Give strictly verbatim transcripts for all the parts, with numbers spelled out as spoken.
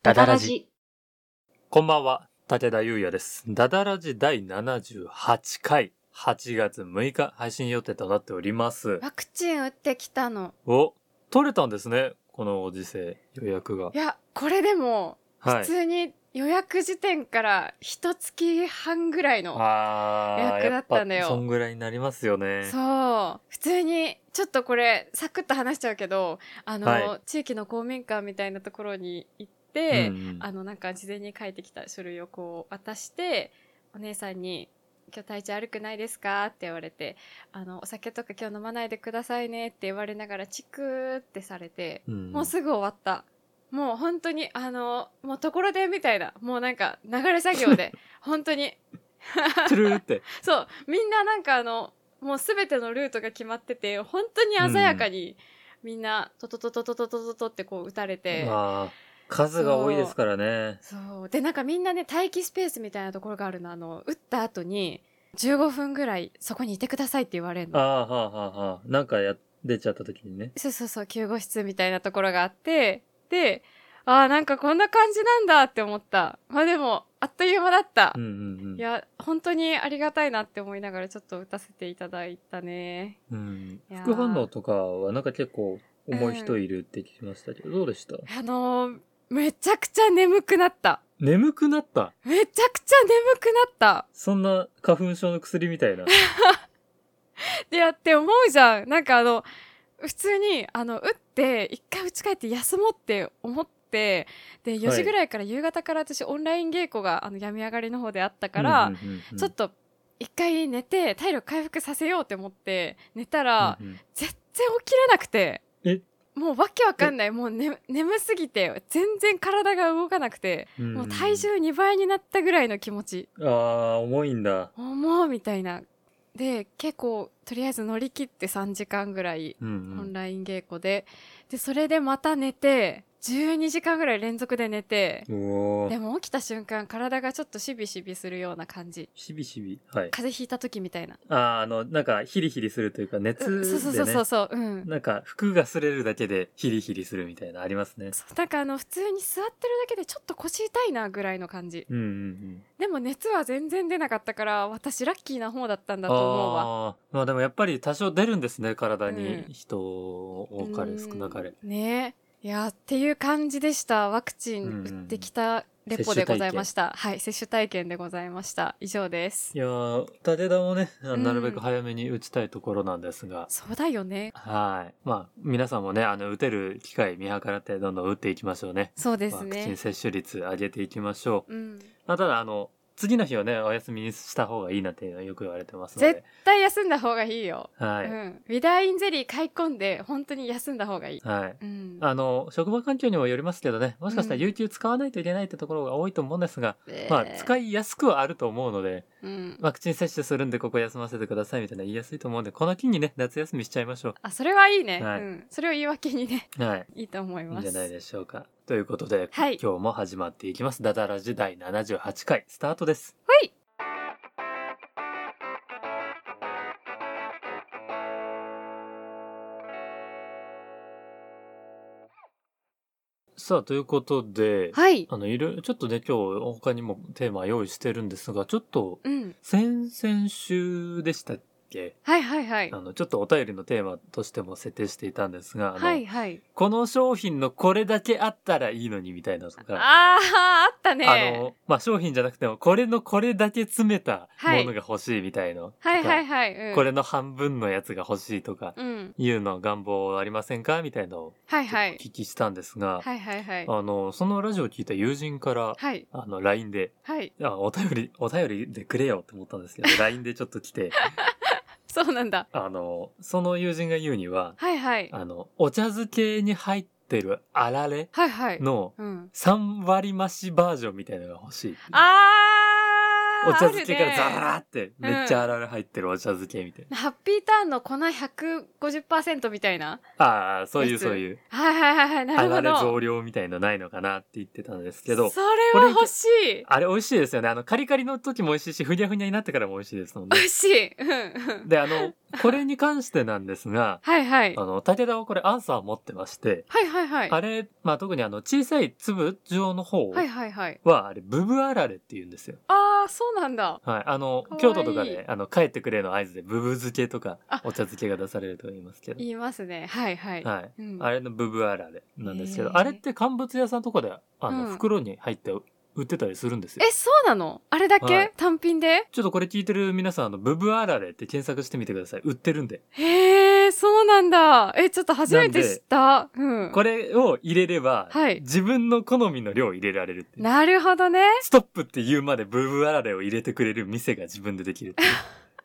ダダラジ。 こんばんは、武田優也です。ダダラジだいななじゅうはちかい、はちがつむいか配信予定となっております。 ワクチン打ってきたの。 お、取れたんですね、このご時世、予約が。 いや、これでも、 はい、 普通に予約時点から一月半ぐらいの予約だったんだよ。 やっぱそんぐらいになりますよね。 そう。普通に、ちょっとこれ、サクッと話しちゃうけど、あの、 はい、 地域の公民館みたいなところに行って、 うんうん、 あの、なんか事前に書いてきた書類をこう渡して、お姉さんに、今日体調悪くないですかって言われて、あの、お酒とか今日飲まないでくださいねって言われながらチクーってされて、うん、もうすぐ終わった。もう本当に、あの、もうところでみたいな、もうなんか流れ作業で、本当に。 トゥルーって。 そう、みんななんかあの、もうすべてのルートが決まってて、本当に鮮やかに、みんな、トトトトトトトトトってこう打たれて。 ああ、数が多いですからね。 そう。そう。で、なんかみんなね、待機スペースみたいなところがあるの。あの、打った後に、じゅうごふんぐらいそこにいてくださいって言われるの。 ああ、はあ、はあ、はあ。なんかや、出ちゃった時にね。 そうそうそう、救護室みたいなところがあって、で、ああ、なんかこんな感じなんだって思った。まあでも、あっという間だった。 うんうんうん。 いや、本当にありがたいなって思いながらちょっと打たせていただいたね。 うん。副反応とかはなんか結構重い人いるって聞きましたけど、うん、どうでした？ あのー、めちゃくちゃ眠くなった。 眠くなった？ めちゃくちゃ眠くなった。 そんな花粉症の薬みたいな。 でやって思うじゃん。なんかあの、普通に、あの、打って、一回家帰って休もうって思って、で、よじぐらいから夕方から私オンライン稽古が、あの、病み上がりの方であったから、うんうんうんうん、ちょっと、一回寝て、体力回復させようって思って、寝たら、うんうん、全然起きれなくて。 えもうわけわかんない。もう、ね、眠すぎて、全然体が動かなくて、うん、もう体重にばいになったぐらいの気持ち。 ああ、重いんだ。 重いみたいな。で、結構、とりあえず乗り切ってさんじかんぐらい、うんうん、オンライン稽古で。で、それでまた寝て、じゅうにじかんぐらい連続で寝て、でも起きた瞬間、体がちょっとシビシビするような感じ。 シビシビはい。 風邪ひいた時みたいな。 ああ、あの、なんか、ヒリヒリするというか、熱で、ね、 そうそうそうそう、うん。 なんか、服が擦れるだけでヒリヒリするみたいなありますね。 そう、なんかあの、普通に座ってるだけでちょっと腰痛いなぐらいの感じ。 うんうんうん。 でも熱は全然出なかったから、私ラッキーな方だったんだと思うわ。 ああ、まあでもやっぱり多少出るんですね、体に。うん、人多かれ少なかれ。 ねえ。いや、っていう感じでした。ワクチン打ってきたレポでございました。はい、接種体験でございました。以上です。 いやー、武田もね、なるべく早めに打ちたいところなんですが。うん、 そうだよね。 はい。まあ、皆さんもね、あの、打てる機会見計らってどんどん打っていきましょうね。 そうですね。 ワクチン接種率上げていきましょう。 うん。 まあ、ただ、あの、次の日はね、お休みにした方がいいなっていうのはよく言われてますので。 絶対休んだ方がいいよ。 はい。 うん。ウィダーインゼリー買い込んで、本当に休んだ方がいい。 はい。うん、あの、職場環境にもよりますけどね、もしかしたら有給使わないといけないってところが多いと思うんですが、うん、まあ、使いやすくはあると思うので、うん、ワクチン接種するんでここ休ませてくださいみたいな言いやすいと思うんで、この機にね、夏休みしちゃいましょう。 あ、それはいいね。 はい、 うん。それを言い訳にね。 はい。 いいと思います。 いいんじゃないでしょうか。ということで、 はい、 今日も始まっていきます。ダダラジだいななじゅうはちかい、スタートです。 はい。 さあ、ということで、 はい。 あの、いろいろ、ちょっとね、今日他にもテーマ用意してるんですが、ちょっと、うん、先々週でしたっけ？ はいはいはい。 あの、ちょっとお便りのテーマとしても設定していたんですが、あの、 はいはい。 この商品のこれだけあったらいいのにみたいなとか。 ああ、あったね。 あの、まあ、商品じゃなくても、これのこれだけ詰めたものが欲しいみたいの。 はいはいはい、 うん。これの半分のやつが欲しいとか、いうの願望ありませんかみたいなのを、はいはい。お聞きしたんですが、 はいはいはい。 あの、そのラジオを聞いた友人から、はい。あの、ライン で、はい。あ、お便り、お便りでくれよって思ったんですけど、ライン でちょっと来て、 そうなんだ。 あの、その友人が言うには、 はいはい。 あの、お茶漬けに入ってるあられはいはい。の、はいはい、うん、さんわり増しバージョンみたいなのが欲しい。 さんわり増しバージョンみたいなのが欲しい。あー、あったね。あの、まあ、商品じゃなくても、これのこれだけ詰めたものが欲しいとか、いうのを願望ありませんかみたいな。はいはいはい。 ああーお茶漬けからザあるねラーってめっちゃあられ入ってるお茶漬けみたいな、 ハッピーターンの粉 ひゃくごじゅっパーセント みたいなああそういうやつそういうはいはいはいはいなあるほどられ増量みたいのないのかなって言ってたんですけど、 それは欲しいあれ美味しいですよね。あのカリカリの時も美味しいしふにゃふにゃになってからも美味しいですもんね。 美味しいうんうんであのこれに関してなんですがはいはいあの武田はこれアンサー持ってまして、 はいはいはいあれ、まあ、特にあの小さい粒状の方はいはいはいはあれブブあられって言うんですよ。 ああそうなんだはい、あのかわいい京都とかであの帰ってくれの合図でブブ漬けとかあお茶漬けが出されると言いますけど、 言いますねはいはい、 はいうんあれのブブあられなんですけど、 へーあれって乾物屋さんとかであの、 うん袋に入って売ってたりするんですよ。 えそうなのあれだけ、 はい単品でちょっとこれ聞いてる皆さんあのブブあられって検索してみてください。売ってるんで。 へえそうなんだえちょっと初めて知ったうんこれを入れれば、 はい自分の好みの量を入れられるっていう。 なるほどねストップって言うまでブブあられを入れてくれる店が自分でできるっていう。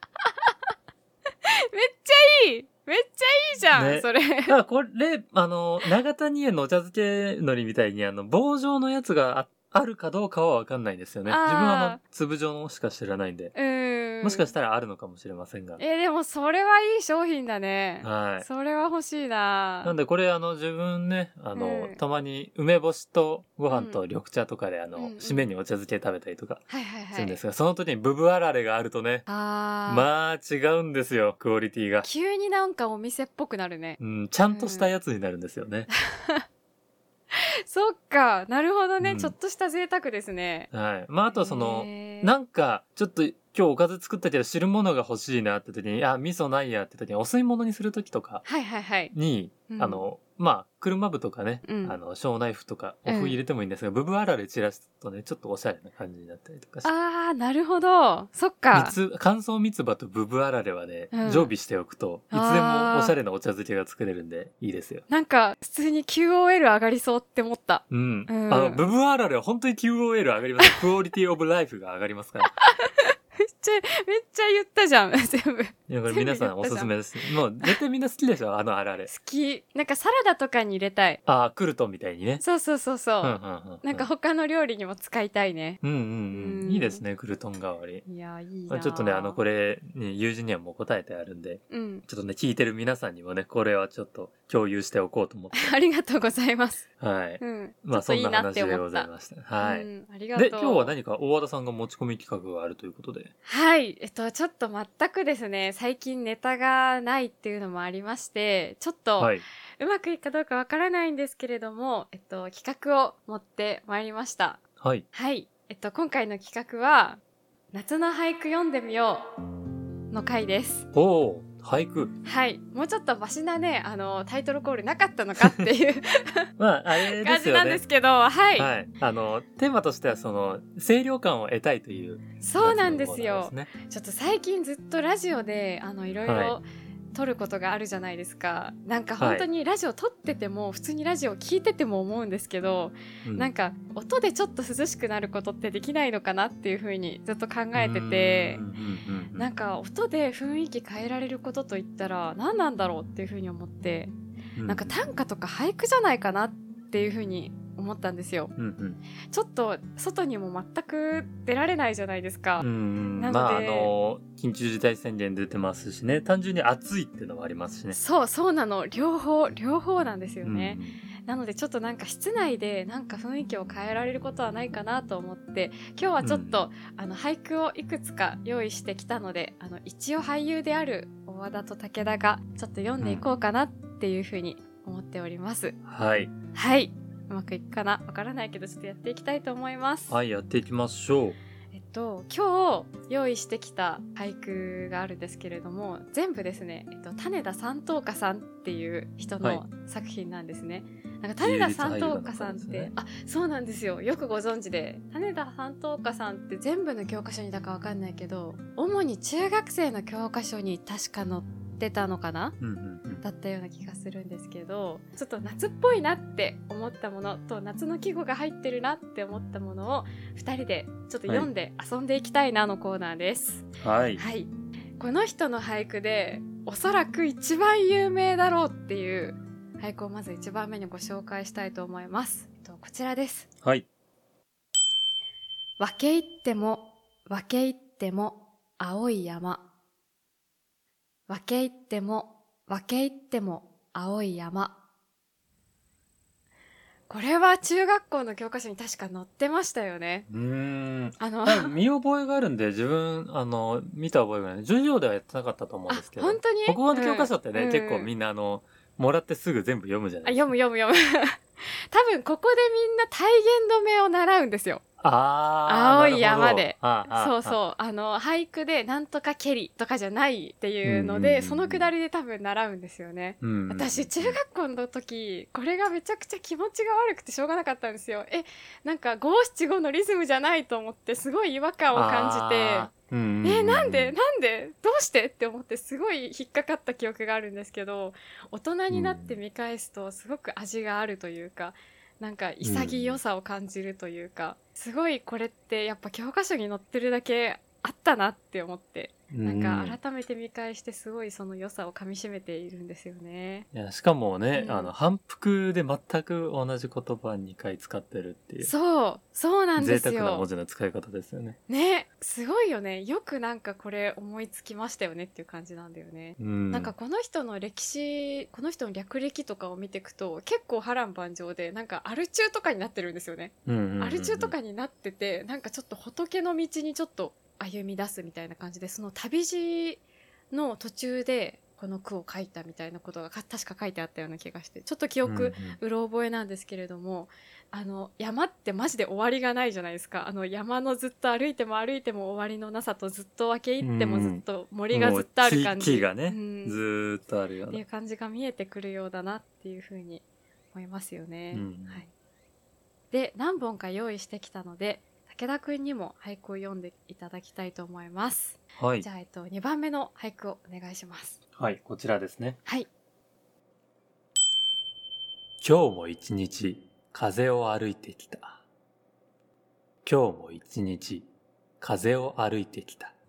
めっちゃいいめっちゃいいじゃん、 ねそれだからこれ、あの、長谷園のお茶漬け海苔みたいにあの棒状のやつがああるかどうかはわかんないですよね。 あー自分はあの粒状のしか知らないんで。 うーんもしかしたらあるのかもしれませんが。 えでもそれはいい商品だねはい。 それは欲しいななんでこれあの自分ね、あの、 うんたまに梅干しとご飯と緑茶とかであの、 うんうん締めにお茶漬け食べたりとかはいはいはいするんですが、その時にブブあられがあるとね、 あーまあ違うんですよ、クオリティが。 急になんかお店っぽくなるねうん、ちゃんとしたやつになるんですよね。 そっかなるほどね、 うんちょっとした贅沢ですねはい。まああとはその、 へーなんかちょっと今日おかず作ったけど汁物が欲しいなって時に、あ、味噌ないやって時にお吸い物にする時とかはいはいはいに、 うんあの、まあ、車麩とかね、 うんあの、小ナイフとか、おうん麩入れてもいいんですが、ブブあられ散らすとね、ちょっとおしゃれな感じになったりとかして。 あーなるほどそっかみつ乾燥三つ葉とブブあられはね、 うん常備しておくといつでもおしゃれなお茶漬けが作れるんでいいですよ。 なんか普通に キューオーエル 上がりそうって思ったうん、 うんあのブブあられは本当に キューオーエル 上がりますクオリティオブライフが上がりますからめっちゃめっちゃ言ったじゃん全部好いやこれ皆さんおすすめですもう絶対みんな好きでしょあのあられ。 きなんかサラダとかに入れたいああクルトンみたいにね。 そうそうそうそう、 うんうんうんうん、 なんか他の料理にも使いたいねうんうんううんんいいですねクルトン代わり。 いやいいな、 まあ、ちょっとねあのこれ、ね、友人にはもう答えてあるんでうんちょっとね聞いてる皆さんにもねこれはちょっと共有しておこうと思ってありがとうございますはい、 うんまあそんなちょっといいなって思った話でございました。はい、 うん、ありがとうで今日は何か大和田さんが持ち込み企画があるということで。 はいえっとちょっと全くですね最近ネタがないっていうのもありましてちょっと、 はい。 うまくいくかどうかわからないんですけれども、えっと、企画を持ってまいりました。 はい。 はい。えっと、今回の企画は、夏の俳句読んでみようの回です。 おー、俳句。 はい。もうちょっとマシなね、あの、タイトルコールなかったのかっていうまあ、あれで感じすよね。 なんですけど、はい。 はい。あの、テーマとしては、その、清涼感を得たいという。 そうなんですよ。 ね、 ちょっと最近ずっとラジオで、あの、いろいろ、 は撮ることがあるじゃないですか。なんか本当にラジオ撮ってても、普通にラジオ聞いてても思うんですけど、 うん、 なんか音でちょっと涼しくなることってできないのかなっていう風にずっと考えてて、なんか音で雰囲気変えられることといったら何なんだろうっていう風に思って、うん、なんか短歌とか俳句じゃないかなっていう風に思ったんですよ、うんうん、ちょっと外にも全く出られないじゃないですか。 うんなので、まあ、あの緊急事態宣言出てますしね、単純に暑いっていうのもありますしね。 そうそうなの、両方両方なんですよね、うん、なのでちょっとなんか室内でなんか雰囲気を変えられることはないかなと思って今日はちょっと、うん、あの俳句をいくつか用意してきたので、あの一応俳優である大和田と武田がちょっと読んでいこうかなっていうふうに思っております、うん、 はいはいうまくいくかなわからないけどちょっとやっていきたいと思います。 はいやっていきましょう。 えっと今日用意してきた俳句があるんですけれども全部ですね、えっと、種田三等家さんっていう人の作品なんですね、はい、なんか種田三等家さんって、ね、あそうなんですよ、よくご存知で種田三等家さんって全部の教科書にだかわかんないけど主に中学生の教科書に確か載ってたのかな、うんうんうん、だったような気がするんですけど、ちょっと夏っぽいなって思ったものと夏の季語が入ってるなって思ったものをふたりでちょっと読んで遊んでいきたいなのコーナーです。はい、はい、この人の俳句でおそらく一番有名だろうっていう俳句をまずいちばんめにご紹介したいと思います。こちらです。 はい。 分け入っても分け入っても青い山。分け入っても分け入っても青い山。これは中学校の教科書に確か載ってましたよね。 うーん。 あの、 多分見覚えがあるんで、自分、あの、見た覚えがない。授業ではやってなかったと思うんですけど。 本当に国語の教科書ってね、 うん結構みんなあの、もらってすぐ全部読むじゃなあ、 いですか。 読む読む読む。多分ここでみんな体言止めを習うんですよ。 あー、 青い山で。 なるほど。 そうう。 そう。あの、俳句でなんとか蹴りとかじゃないっていうので、 うんうんうんうんそのくだりで多分習うんですよね。 うんうんうん、 私、中学校の時、これがめちゃくちゃ気持ちが悪くてしょうがなかったんですよ。え、なんか五七五のリズムじゃないと思って、すごい違和感を感じて、 うんうんうん、 え、なんでなんでどうしてって思ってすごい引っかかった記憶があるんですけど、大人になって見返すとすごく味があるというか、なんか潔さを感じるというか、すごいこれってやっぱ教科書に載ってるだけあったなって思って、なんか改めて見返してすごいその良さをかみしめているんですよね。 いや、しかもね、 うん、 あの、反復で全く同じ言葉にかい使ってるっていう。 そう、そうなんですよ。 贅沢な文字の使い方ですよね。 ね、すごいよね。よくなんかこれ思いつきましたよねっていう感じなんだよね。 うん、 なんかこの人の歴史、この人の略歴とかを見ていくと結構波乱万丈で、なんかアル中とかになってるんですよね。 うんうんうんうん、 アル中とかになってて、なんかちょっと仏の道にちょっと歩み出すみたいな感じで、その旅路の途中でこの句を書いたみたいなことが確か書いてあったような気がして、ちょっと記憶うろ覚えなんですけれども、あの山ってマジで終わりがないじゃないですか。あの山のずっと歩いても歩いても終わりのなさと、ずっと分け入ってもずっと森がずっとある感じ、 木がね、 うん、 ずーっとあるようなっていう感じが見えてくるようだなっていうふうに思いますよね、 うん、 はい、で何本か用意してきたので、武田くんにも俳句を読んでいただきたいと思います。はい。じゃあ、えっと、にばんめの俳句をお願いします。 はい、こちらですね。 はい。 今日も一日風を歩いてきた。今日も一日風を歩いてきた。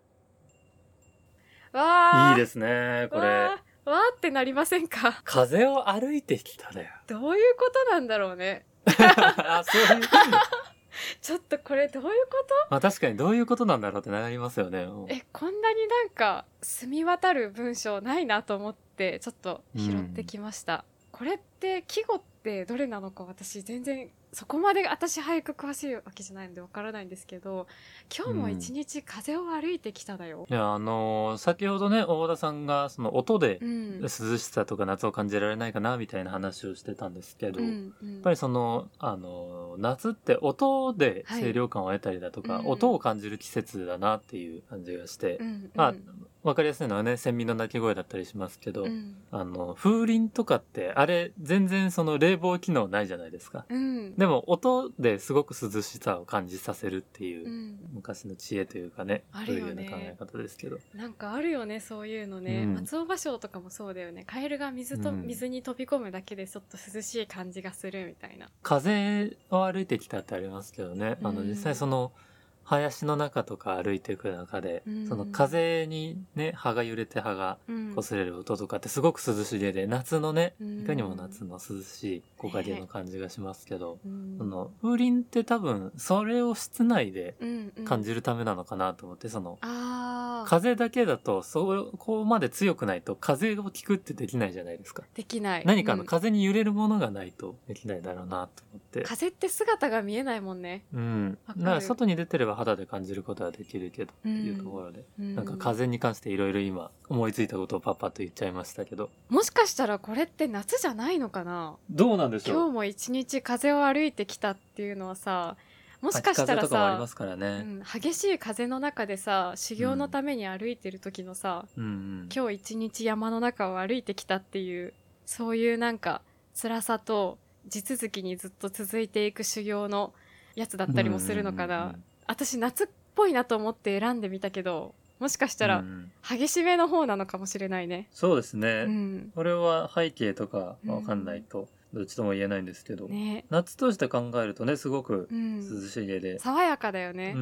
わー。 いいですね、これ。 わー、わーってなりませんか？ 風を歩いてきただよ。 どういうことなんだろうね。 あ、そういう。 ちょっとこれどういうこと？ まあ確かにどういうことなんだろうってなりますよね。 え、こんなになんか澄み渡る文章ないなと思ってちょっと拾ってきました、うん、これって季語ってどれなのか私全然そこまで私俳句詳しいわけじゃないのでわからないんですけど、今日も一日風を歩いてきただよ、 うん、いやあのー、先ほどね大田さんがその音で涼しさとか夏を感じられないかなみたいな話をしてたんですけど、うんうん、やっぱりその、あのー、夏って音で清涼感を得たりだとか、はい、音を感じる季節だなっていう感じがして、うんうん、まあ分かりやすいのはねセミの鳴き声だったりしますけど、うん、あの風鈴とかってあれ全然その冷房機能ないじゃないですか、うん、でも音ですごく涼しさを感じさせるっていう、うん、昔の知恵というかね、そういうような考え方ですけど、 なんかあるよねそういうのね、うん、松尾芭蕉とかもそうだよね。カエルが水と、うん、水に飛び込むだけでちょっと涼しい感じがするみたいな。 風を歩いてきたってありますけどね、あの実際その林の中とか歩いていく中で、うん、その風にね葉が揺れて葉が擦れる音とかってすごく涼しげで、夏のね、いかにも夏の涼しい木陰の感じがしますけど、うん、その風鈴って多分それを室内で感じるためなのかなと思って、その、うんうん、風だけだとそこまで強くないと風を聞くってできないじゃないですか。 できない。 何かの風に揺れるものがないとできないだろうなと思って、うん、 風って姿が見えないもんね。 うん。だから外に出てれば肌で感じることはできるけどっていうところで、うん、なんか風に関していろいろ今思いついたことをパッパッと言っちゃいましたけど、 もしかしたらこれって夏じゃないのかな。 どうなんでしょう。 今日も一日風を歩いてきたっていうのはさ、もしかしたらさ、 風とかもありますからね、 うん、激しい風の中でさ修行のために歩いてる時のさ、うんうんうん、今日一日山の中を歩いてきたっていう、そういうなんか辛さと地続きにずっと続いていく修行のやつだったりもするのかな、うんうんうん、私夏っぽいなと思って選んでみたけど、もしかしたら激しめの方なのかもしれないね、 うん、そうですね、うん、これは背景とかわかんないとどっちとも言えないんですけど、うんね、夏として考えるとねすごく涼しげで、 うん、爽やかだよね、 うんうん、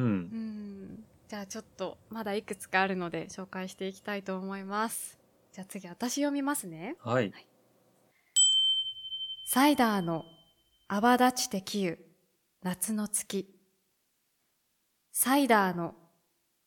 じゃあちょっとまだいくつかあるので紹介していきたいと思います。じゃあ次私読みますね。 はい、はい、 サイダーの泡立ちてきゆ夏の月。サイダーの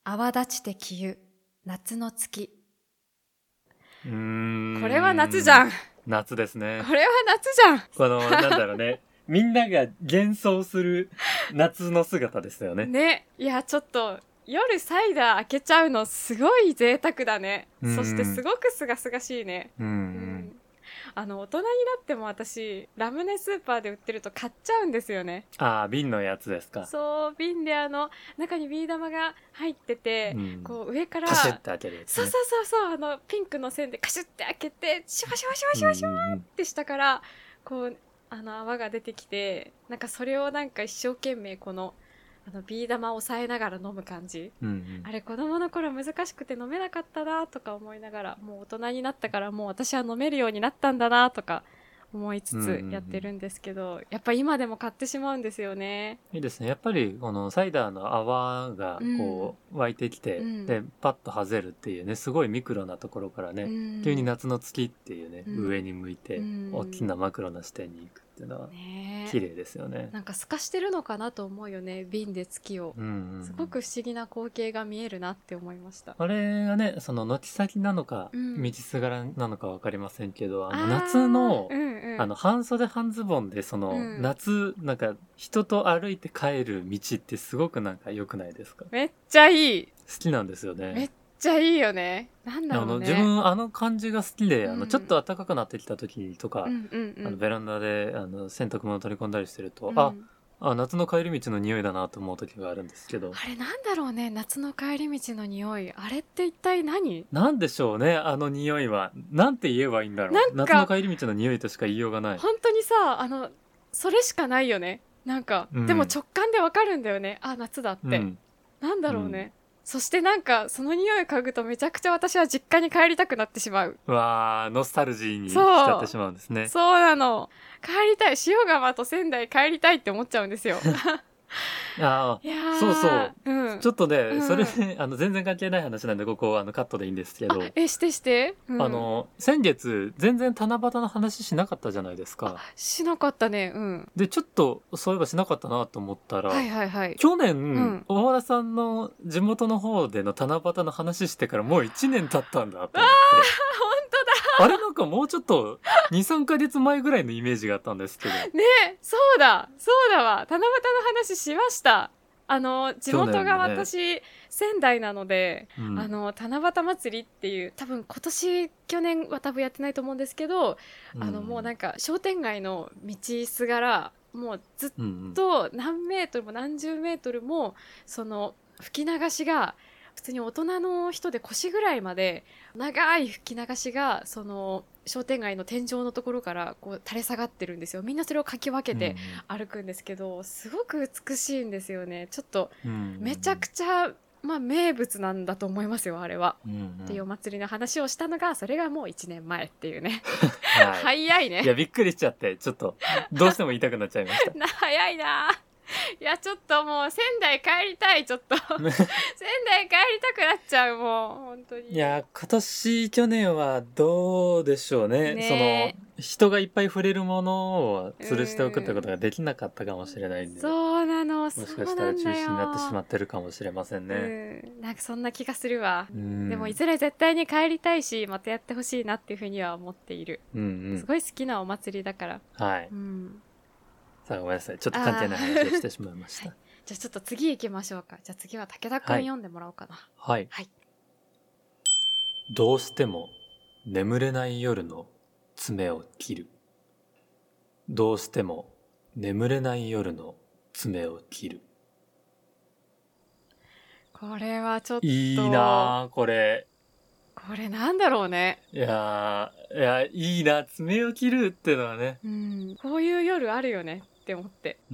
泡立ちて消ゆ夏の月。 うーんこれは夏じゃん。 夏ですね。 これは夏じゃん。 このなんだろうねみんなが幻想する夏の姿ですよね。 ね、いやちょっと夜サイダー開けちゃうのすごい贅沢だね。そしてすごくすがすがしいね。 うん、うんうんあの大人になっても私ラムネスーパーで売ってると買っちゃうんですよね。 ああ瓶のやつですか。 そう瓶であの中にビー玉が入ってて、うん、こう上からカシュッて開けるやつ、 ね、そうそうそうそうあのピンクの線でカシュッて開けてシュワシュワシュワシュワシュワって下からこうあの泡が出てきてなんかそれをなんか一生懸命このあのビー玉を押さえながら飲む感じ、うんうん、あれ子供の頃難しくて飲めなかったなとか思いながらもう大人になったからもう私は飲めるようになったんだなとか思いつつやってるんですけど、うんうんうん、やっぱ今でも買ってしまうんですよね。 いいですね。やっぱりこのサイダーの泡がこう湧いてきて、うん、でパッと外れるっていうねすごいミクロなところからね、うん、急に夏の月っていうね、うん、上に向いて、うん、大きなマクロな視点に行くっていうのは綺麗ですよね。 なんか透かしてるのかなと思うよね瓶で月を、うんうん、すごく不思議な光景が見えるなって思いました。 あれがねその軒先なのか、うん、道すがらなのか分かりませんけどあの夏の、うんうん、あの半袖半ズボンでその、うん、夏なんか人と歩いて帰る道ってすごくなんか良くないですか。 めっちゃいい。 好きなんですよね。 めっちゃいいよね。なんだろうね。 あの自分あの感じが好きで、うん、あのちょっと暖かくなってきた時とか、うんうんうん、あのベランダであの洗濯物取り込んだりしてると、うん、ああ夏の帰り道の匂いだなと思う時があるんですけど、 あれなんだろうね夏の帰り道の匂い。あれって一体何なんでしょうね。あの匂いはなんて言えばいいんだろう。夏の帰り道の匂いとしか言いようがない。 本当にさあのそれしかないよね。なんか、うん、でも直感でわかるんだよね。あ夏だって、うん、なんだろうね、うん、そしてなんかその匂い嗅ぐとめちゃくちゃ私は実家に帰りたくなってしまう。 うわーノスタルジーにしちゃってしまうんですね。 そうなの。帰りたい。塩釜と仙台帰りたいって思っちゃうんですよ。 ああそうそう、うん、ちょっとね、うん、それあの全然関係ない話なんでここあのカットでいいんですけど、 えしてして、 うん、あの先月全然七夕の話しなかったじゃないですか。 しなかったね。うんでちょっとそういえばしなかったなと思ったら、 はいはいはい、 去年、うん、大原さんの地元の方での七夕の話してからもういちねん経ったんだと思って。ああれなんかもうちょっとにさんかげつまえぐらいのイメージがあったんですけどねえそうだそうだわ七夕の話しました。あの地元が私、ね、仙台なので、うん、あの七夕祭りっていう多分今年去年は多分やってないと思うんですけど、うん、あのもうなんか商店街の道すがらもうずっと何メートルも何十メートルもその吹き流しが普通に大人の人で腰ぐらいまで長い吹き流しがその商店街の天井のところからこう垂れ下がってるんですよ。みんなそれをかき分けて歩くんですけど、すごく美しいんですよね。ちょっとめちゃくちゃ、まあ、名物なんだと思いますよあれは、うんうん、っていうお祭りの話をしたのがそれがもういちねんまえっていうね、はい、早いね。 いやびっくりしちゃってちょっとどうしても言いたくなっちゃいました早いないやちょっともう仙台帰りたい。ちょっと仙台帰りたくなっちゃうもう本当に。 いや今年去年はどうでしょう ね, ねその人がいっぱい触れるものを吊るしておくってことができなかったかもしれないんで、 そうなの。もしかしたら中止になってしまってるかもしれませんね。 うんなんかそんな気がするわ。でもいずれ絶対に帰りたいしまたやってほしいなっていうふうには思っている、うんうん、すごい好きなお祭りだから。 はい、うんさあごめんなさいちょっと関係ない話をしてしまいました、はい、 じゃあちょっと次行きましょうか。じゃあ次は武田くん読んでもらおうかな。 はい、はい、どうしても眠れない夜の爪を切る。どうしても眠れない夜の爪を切る。 これはちょっといいなこれ。 これなんだろうね。 いやいやいいな爪を切るってのはね、 うん、こういう夜あるよねって思って、うん、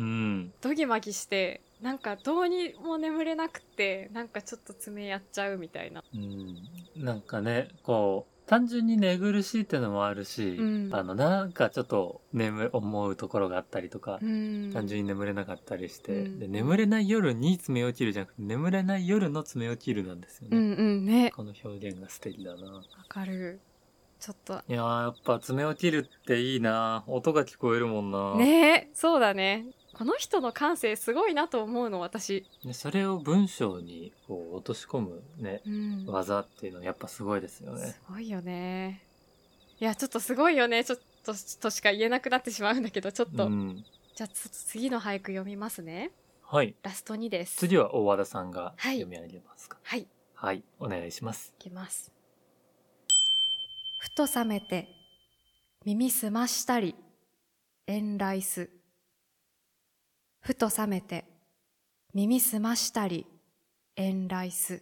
ドギマギしてなんかどうにも眠れなくてなんかちょっと爪やっちゃうみたいな、 うん、なんかねこう単純に寝苦しいってのもあるし、うん、あのなんかちょっと眠思うところがあったりとか、うん、単純に眠れなかったりして、うん、で眠れない夜に爪を切るじゃなくて眠れない夜の爪を切るなんですよね。うんうんね、この表現が素敵だな。わかる。ちょっといややっぱ爪を切るっていいな。音が聞こえるもんな。 ねえそうだね。 この人の感性すごいなと思うの私。 でそれを文章にこう落とし込むね、 うん、 技っていうのはやっぱすごいですよね。 すごいよね。いやちょっとすごいよねちょっととしか言えなくなってしまうんだけど、ちょっと、うん、じゃあ次の俳句読みますね。 はい、 ラストにです。 次は大和田さんが読み上げますか。 はいはい、お願いします。 いきます。ふと覚めて耳すましたり遠来す。ふと覚めて耳すましたり遠来す。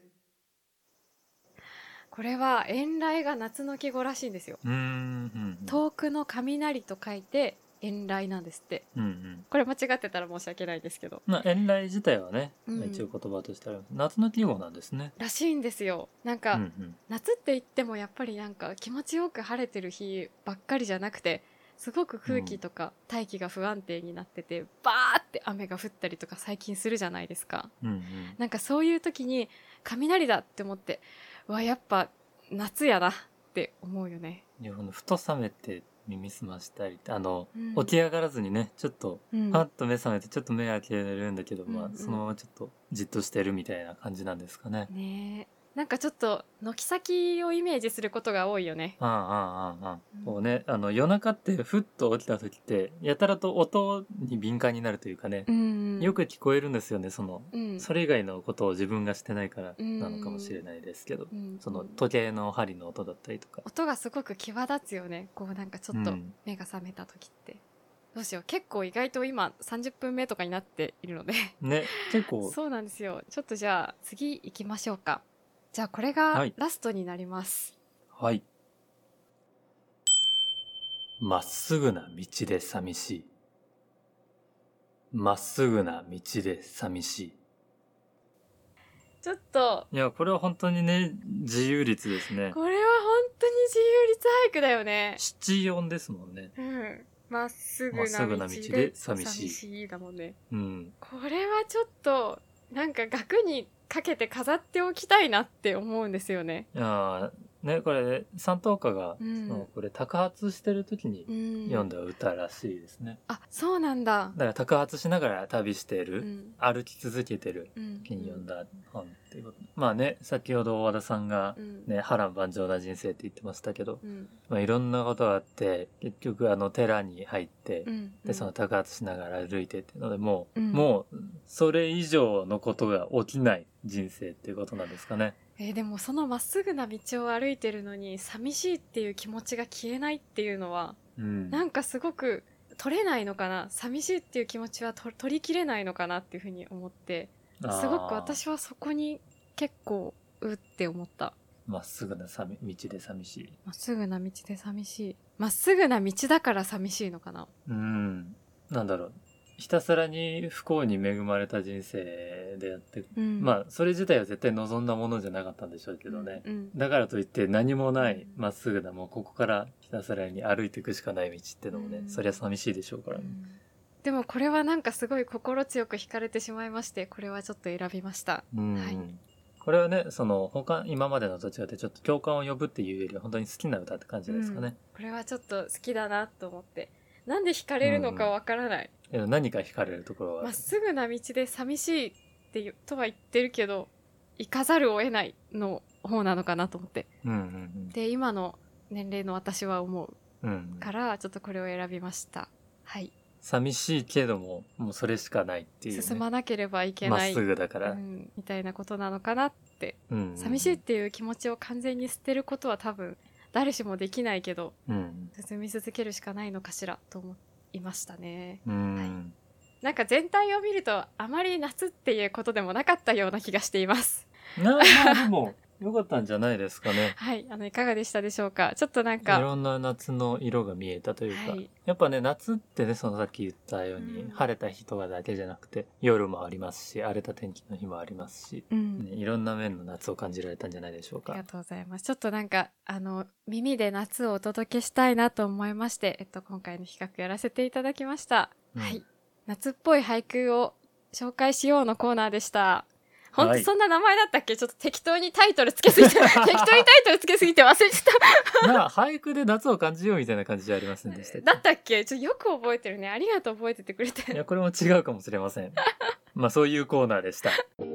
これは遠来が夏の季語らしいんですよ。 うーん、うんうん、 遠くの雷と書いて遠来なんですって、うんうん、これ間違ってたら申し訳ないですけど、 まあ、遠来自体はね、うん、一応言葉としてある夏の季語なんですねらしいんですよ。なんか、うんうん、夏って言ってもやっぱりなんか気持ちよく晴れてる日ばっかりじゃなくて、すごく空気とか大気が不安定になってて、うん、バーって雨が降ったりとか最近するじゃないですか、うんうん、なんかそういう時に雷だって思って、わやっぱ夏やなって思うよね。 いやふと覚めて耳すましたりあの、うん、起き上がらずにねちょっとパッと目覚めてちょっと目開けるんだけど、うん、まあそのままちょっとじっとしてるみたいな感じなんですかね。 ねえ、なんかちょっと軒先をイメージすることが多いよね。 ああああああ、うん、こうね、あの夜中ってふっと起きた時ってやたらと音に敏感になるというかね、うん、よく聞こえるんですよね。その、うん、それ以外のことを自分がしてないからなのかもしれないですけど、うん、その時計の針の音だったりとか、 音がすごく際立つよね。こうなんかちょっと目が覚めた時って、うん、どうしよう、結構意外と今さんじゅっぷんめとかになっているのでね、結構そうなんですよ。ちょっとじゃあ次行きましょうか。じゃあこれがラストになります。 はい。まっすぐな道で寂しい。まっすぐな道で寂しい。 ちょっといやこれは本当にね自由律ですね。 これは本当に自由律俳句だよね。 七音ですもんね。 うん。まっすぐな道で寂しい。寂しいだもんね。うん。これはちょっとなんか額にかけて飾っておきたいなって思うんですよね。 いやね、これ三等歌が、うん、これ托発してる時に読んだ歌らしいですね、 うん、あ、そうなんだ。 だから托発しながら旅してる、うん、歩き続けてる時に読んだ本っていうこと、うん、まあね、先ほど和田さんがね、うん、波乱万丈な人生って言ってましたけど、うん、まあ、いろんなことがあって結局あの寺に入って、うん、でその托発しながら歩いてっていうのでもう、うん、もうそれ以上のことが起きない人生っていうことなんですかね。 えー、でもそのまっすぐな道を歩いてるのに寂しいっていう気持ちが消えないっていうのは、うん、なんかすごく取れないのかな、寂しいっていう気持ちはと取りきれないのかなっていうふうに思って、すごく私はそこに結構うって思った。 まっすぐな道で寂しい。 まっすぐな道で寂しい。まっすぐな道だから寂しいのかな。 うん。なんだろう。ひたすらに不幸に恵まれた人生であって、うん、まあそれ自体は絶対望んだものじゃなかったんでしょうけどね、うんうん、だからといって何もないまっすぐな、もうここからひたすらに歩いていくしかない道っていうのもね、うん、そりゃ寂しいでしょうからね、うん、 でもこれはなんかすごい心強く惹かれてしまいまして、これはちょっと選びました、うん、はい。 これはね、その他今までのと違ってちょっと共感を呼ぶっていうよりは本当に好きな歌って感じですかね、うん、 これはちょっと好きだなと思って、なんで惹かれるのかわからない、 うんうん、何か惹かれるところはまっすぐな道で寂しいってとは言ってるけど行かざるを得ないの方なのかなと思って、うんうんうん、で今の年齢の私は思う、うん、からちょっとこれを選びました。はい。 寂しいけどももうそれしかないっていう、ね、 進まなければいけないまっすぐだから、 うん、みたいなことなのかなって、うんうんうん、寂しいっていう気持ちを完全に捨てることは多分誰しもできないけど、うん、進み続けるしかないのかしらと思いましたね、うん、はい。なんか全体を見るとあまり夏っていうことでもなかったような気がしています。 なまあでもよかったんじゃないですかね。 はい、あのいかがでしたでしょうか。ちょっとなんかいろんな夏の色が見えたというか、はい、やっぱね夏ってね、そのさっき言ったように、うん、晴れた日とかだけじゃなくて夜もありますし、荒れた天気の日もありますし、うんね、いろんな面の夏を感じられたんじゃないでしょうか。 ありがとうございます。ちょっとなんかあの耳で夏をお届けしたいなと思いまして、えっと今回の企画やらせていただきました、うん、はい。夏っぽい俳句を紹介しようのコーナーでした。 本当そんな名前だったっけ？ちょっと適当にタイトルつけすぎて適当にタイトルつけすぎて忘れちゃったな俳句で夏を感じようみたいな感じじゃありませんでしたっけ？ だったっけ？ちょっとよく覚えてるね。ありがとう、覚えててくれて。 いやこれも違うかもしれませんまあそういうコーナーでした。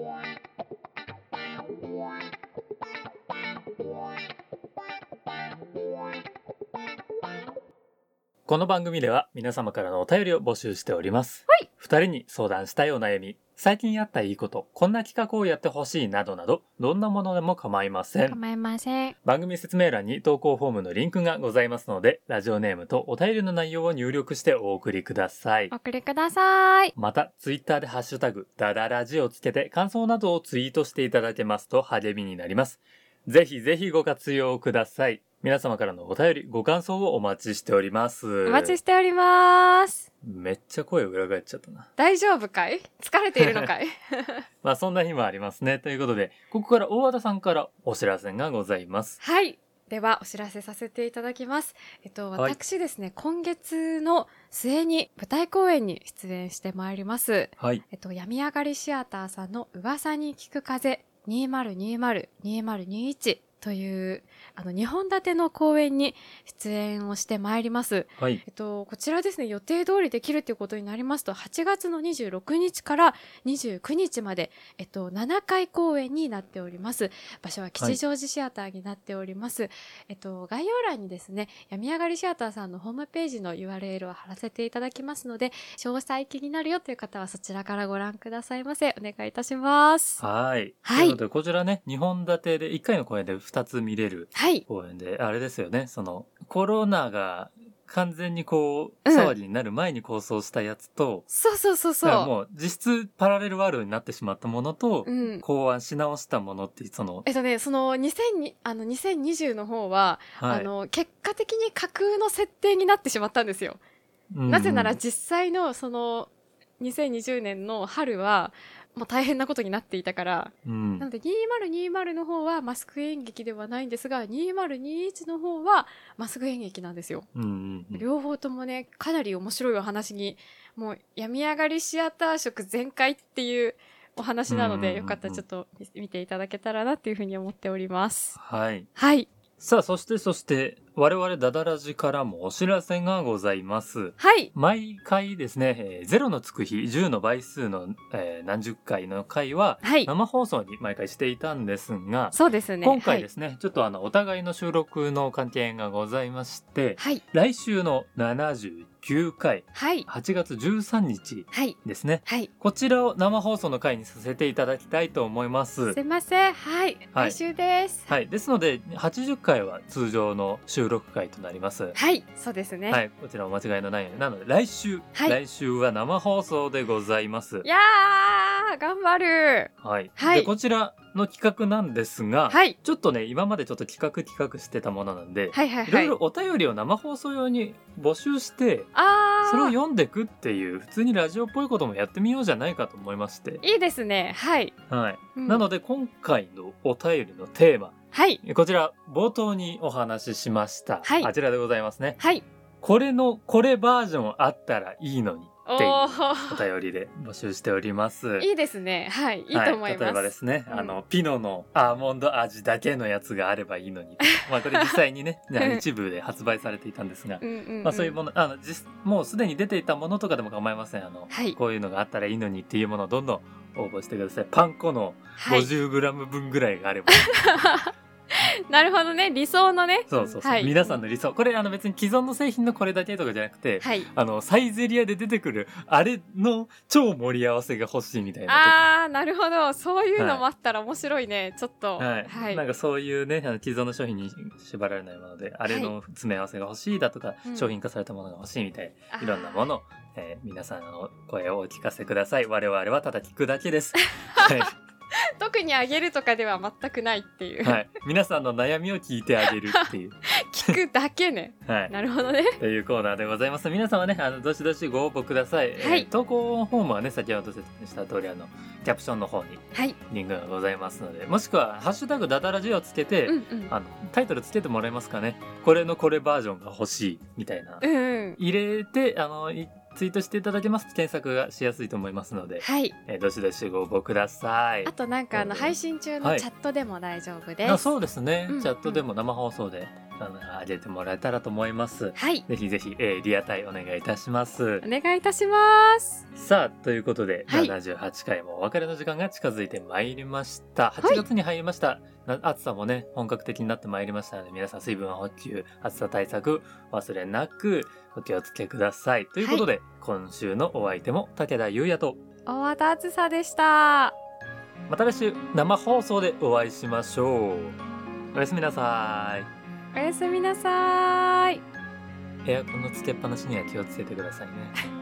この番組では皆様からのお便りを募集しております。 はい。 二人に相談したいお悩み、最近あったいいこと、こんな企画をやってほしいなどなど、どんなものでも構いません。 構いません。 番組説明欄に投稿フォームのリンクがございますので、ラジオネームとお便りの内容を入力してお送りください。 お送りください。 また、ツイッターでハッシュタグ、ダダラジをつけて感想などをツイートしていただけますと励みになります。ぜひぜひご活用ください。皆様からのお便り、ご感想をお待ちしております。 お待ちしております。 めっちゃ声裏返っちゃったな。 大丈夫かい？疲れているのかい？ まあそんな日もありますね。ということで、ここから大和田さんからお知らせがございます。 はい。ではお知らせさせていただきます。えっと、私ですね、はい、今月の末に舞台公演に出演してまいります。 はい。 えっと、病み上がりシアターさんの噂に聞く風にせんにじゅう、にせんにじゅういちというあのにほん立ての公演に出演をしてまいります。 はい。 えっとこちらですね、予定通りできるということになりますとはちがつのにじゅうろくにちからにじゅうくにちまでえっとななかい公演になっております。場所は吉祥寺シアターになっております。はい、えっと概要欄にですね、病み上がりシアターさんのホームページの ユーアールエル を貼らせていただきますので、詳細気になるよという方はそちらからご覧くださいませ。お願いいたします。 はい。 はい。 ということでこちらね、にほん立てでいっかいの公演でふたつ見れる公演で、はい、あれですよね、そのコロナが完全にこう騒ぎになる前に構想したやつと、うん、 そうそうそうそう、 もう実質パラレルワールドになってしまったものと、うん、考案し直したものっていうそのえっとねそのにせんにあのにせんにじゅうの方は、はい、あの結果的に架空の設定になってしまったんですよ。うんうん、なぜなら実際のそのにせんにじゅうねんの春はもう大変なことになっていたから、うん、なのでにせんにじゅうの方はマスク演劇ではないんですがにせんにじゅういちの方はマスク演劇なんですよ、うんうんうん、両方ともねかなり面白いお話に、もう病み上がりシアター色全開っていうお話なので、うんうんうんうん、よかったらちょっと見ていただけたらなっていうふうに思っております。 はい、 はい。 さあそしてそして我々ダダラジからもお知らせがございます。 はい。 毎回ですね、えー、ゼロのつく日じゅうの倍数の、えー、何十回の回は生放送に毎回していたんですが、 そうですね、 今回ですね、はい、ちょっとあのお互いの収録の関係がございまして、 はい、 来週のななじゅうきゅうかい、 はい、 はちがつじゅうさんにちですね、 はいはい、 こちらを生放送の回にさせていただきたいと思います。 すいません、はい、はい、来週です。 はい、ですのではちじゅっかいは通常の収録回となります。 はい、そうですね。 はい、こちらお間違いのないように。なので来週、はい、来週は生放送でございます。 いやー、頑張る。 はい。はい、でこちらの企画なんですが、 はい、 ちょっとね今までちょっと企画企画してたものなんで、 はいはいはい、 いろいろお便りを生放送用に募集して、 あそれを読んでくっていう普通にラジオっぽいこともやってみようじゃないかと思いまして。 いいですね。はい。 はい。うん、なので今回のお便りのテーマ。 はい。 こちら冒頭にお話ししました。はい。あちらでございますね。 はい。 これのこれバージョンあったらいいのに。っていうお便りで募集しております。 いいですね。はい、いいと思います。はい、 例えばですね、うん、あのピノのアーモンド味だけのやつがあればいいのに。まあこれ実際にね、一部で発売されていたんですが、うんうんうん、まあそういうもの、あの実もうすでに出ていたものとかでも構いません。あの、はい、こういうのがあったらいいのにっていうものをどんどん応募してください。パン粉の ごじゅうグラム 分ぐらいがあれば。はいなるほどね、理想のね。 そうそうそう、はい、皆さんの理想。これあの別に既存の製品のこれだけとかじゃなくて、はい、あのサイゼリヤで出てくるあれの超盛り合わせが欲しいみたいな。あー、なるほど、そういうのもあったら面白いね、はい、ちょっと、 はいはい、なんかそういうね、あの既存の商品に縛られないものであれの詰め合わせが欲しいだとか、はい、商品化されたものが欲しいみたいな、うん、いろんなもの、えー、皆さんの声をお聞かせください。我々はただ聞くだけです。はい特にあげるとかでは全くないっていう、 はい、皆さんの悩みを聞いてあげるっていう聞くだけね、はい、なるほどねというコーナーでございます。皆さんはね、あのどしどしご応募ください、はい、えー、投稿フォームはね先ほど説明した通りあのキャプションの方にリンクがございますので、はい、もしくはハッシュタグダダラジをつけて、うんうん、あのタイトルつけてもらえますかね。これのこれバージョンが欲しいみたいな、うんうん、入れてあのツイートしていただけますと検索がしやすいと思いますので、 はい、 えー、どしどしご応募ください。 あとなんかあの配信中のチャットでも大丈夫です。 あ、そうですね、 うんうん、 チャットでも生放送であの上げてもらえたらと思います。 はい、 ぜひぜひ、えー、リアタイお願いいたします。 お願いいたします。 さあということで、 はい、 ななじゅうはちかいもお別れの時間が近づいてまいりました。はちがつに入りました、はい、暑さもね本格的になってまいりましたので、皆さん水分補給、暑さ対策忘れなくお気をつけください。ということで、はい、今週のお相手も武田優也と大和田梓でした。 また来週生放送でお会いしましょう。おやすみなさい。 おやすみなさい。 エアコンのつけっぱなしには気をつけてくださいね。